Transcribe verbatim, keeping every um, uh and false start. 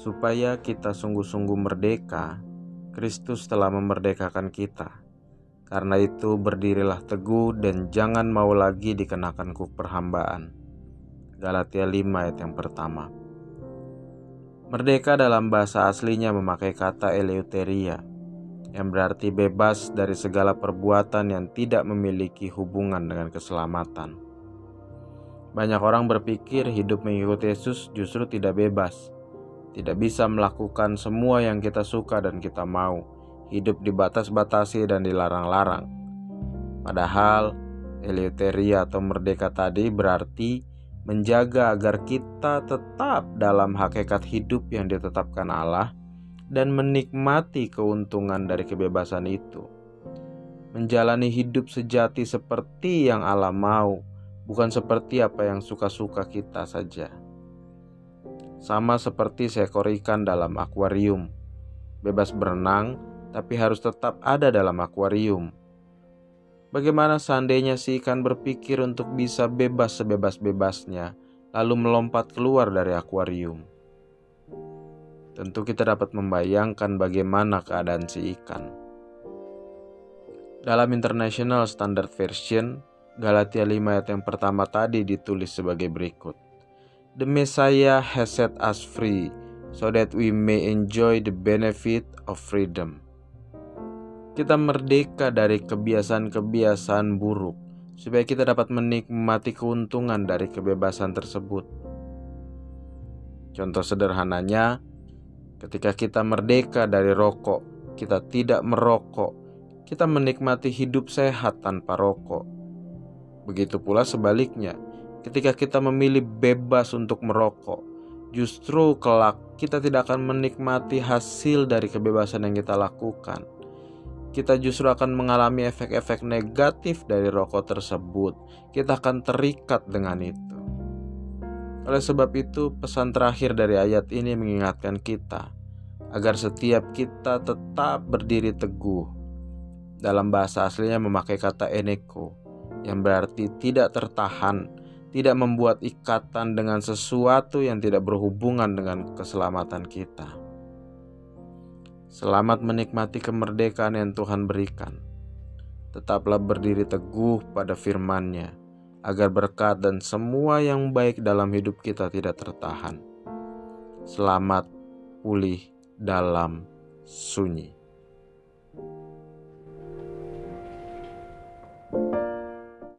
Supaya kita sungguh-sungguh merdeka, Kristus telah memerdekakan kita. Karena itu berdirilah teguh dan jangan mau lagi dikenakan kuk perhambaan. Galatia lima ayat yang pertama. Merdeka dalam bahasa aslinya memakai kata eleuteria, yang berarti bebas dari segala perbuatan yang tidak memiliki hubungan dengan keselamatan. Banyak orang berpikir hidup mengikuti Yesus justru tidak bebas, tidak bisa melakukan semua yang kita suka dan kita mau, hidup dibatas-batasi dan dilarang-larang. Padahal eleuteria atau merdeka tadi berarti menjaga agar kita tetap dalam hakikat hidup yang ditetapkan Allah dan menikmati keuntungan dari kebebasan itu. Menjalani hidup sejati seperti yang Allah mau, bukan seperti apa yang suka-suka kita saja. Sama seperti seekor ikan dalam akuarium, bebas berenang tapi harus tetap ada dalam akuarium. Bagaimana seandainya si ikan berpikir untuk bisa bebas sebebas-bebasnya, lalu melompat keluar dari akuarium? Tentu kita dapat membayangkan bagaimana keadaan si ikan. Dalam International Standard Version, Galatia lima ayat yang pertama tadi ditulis sebagai berikut. The Messiah has set us free, so that we may enjoy the benefit of freedom. Kita merdeka dari kebiasaan-kebiasaan buruk, supaya kita dapat menikmati keuntungan dari kebebasan tersebut. Contoh sederhananya, ketika kita merdeka dari rokok, kita tidak merokok, kita menikmati hidup sehat tanpa rokok. Begitu pula sebaliknya, ketika kita memilih bebas untuk merokok, justru kelak kita tidak akan menikmati hasil dari kebebasan yang kita lakukan. Kita justru akan mengalami efek-efek negatif dari rokok tersebut. Kita akan terikat dengan itu. Oleh sebab itu, pesan terakhir dari ayat ini mengingatkan kita agar setiap kita tetap berdiri teguh. Dalam bahasa aslinya memakai kata eneko, yang berarti tidak tertahan, tidak membuat ikatan dengan sesuatu yang tidak berhubungan dengan keselamatan kita. Selamat menikmati kemerdekaan yang Tuhan berikan. Tetaplah berdiri teguh pada firman-Nya, agar berkat dan semua yang baik dalam hidup kita tidak tertahan. Selamat pulih dalam sunyi.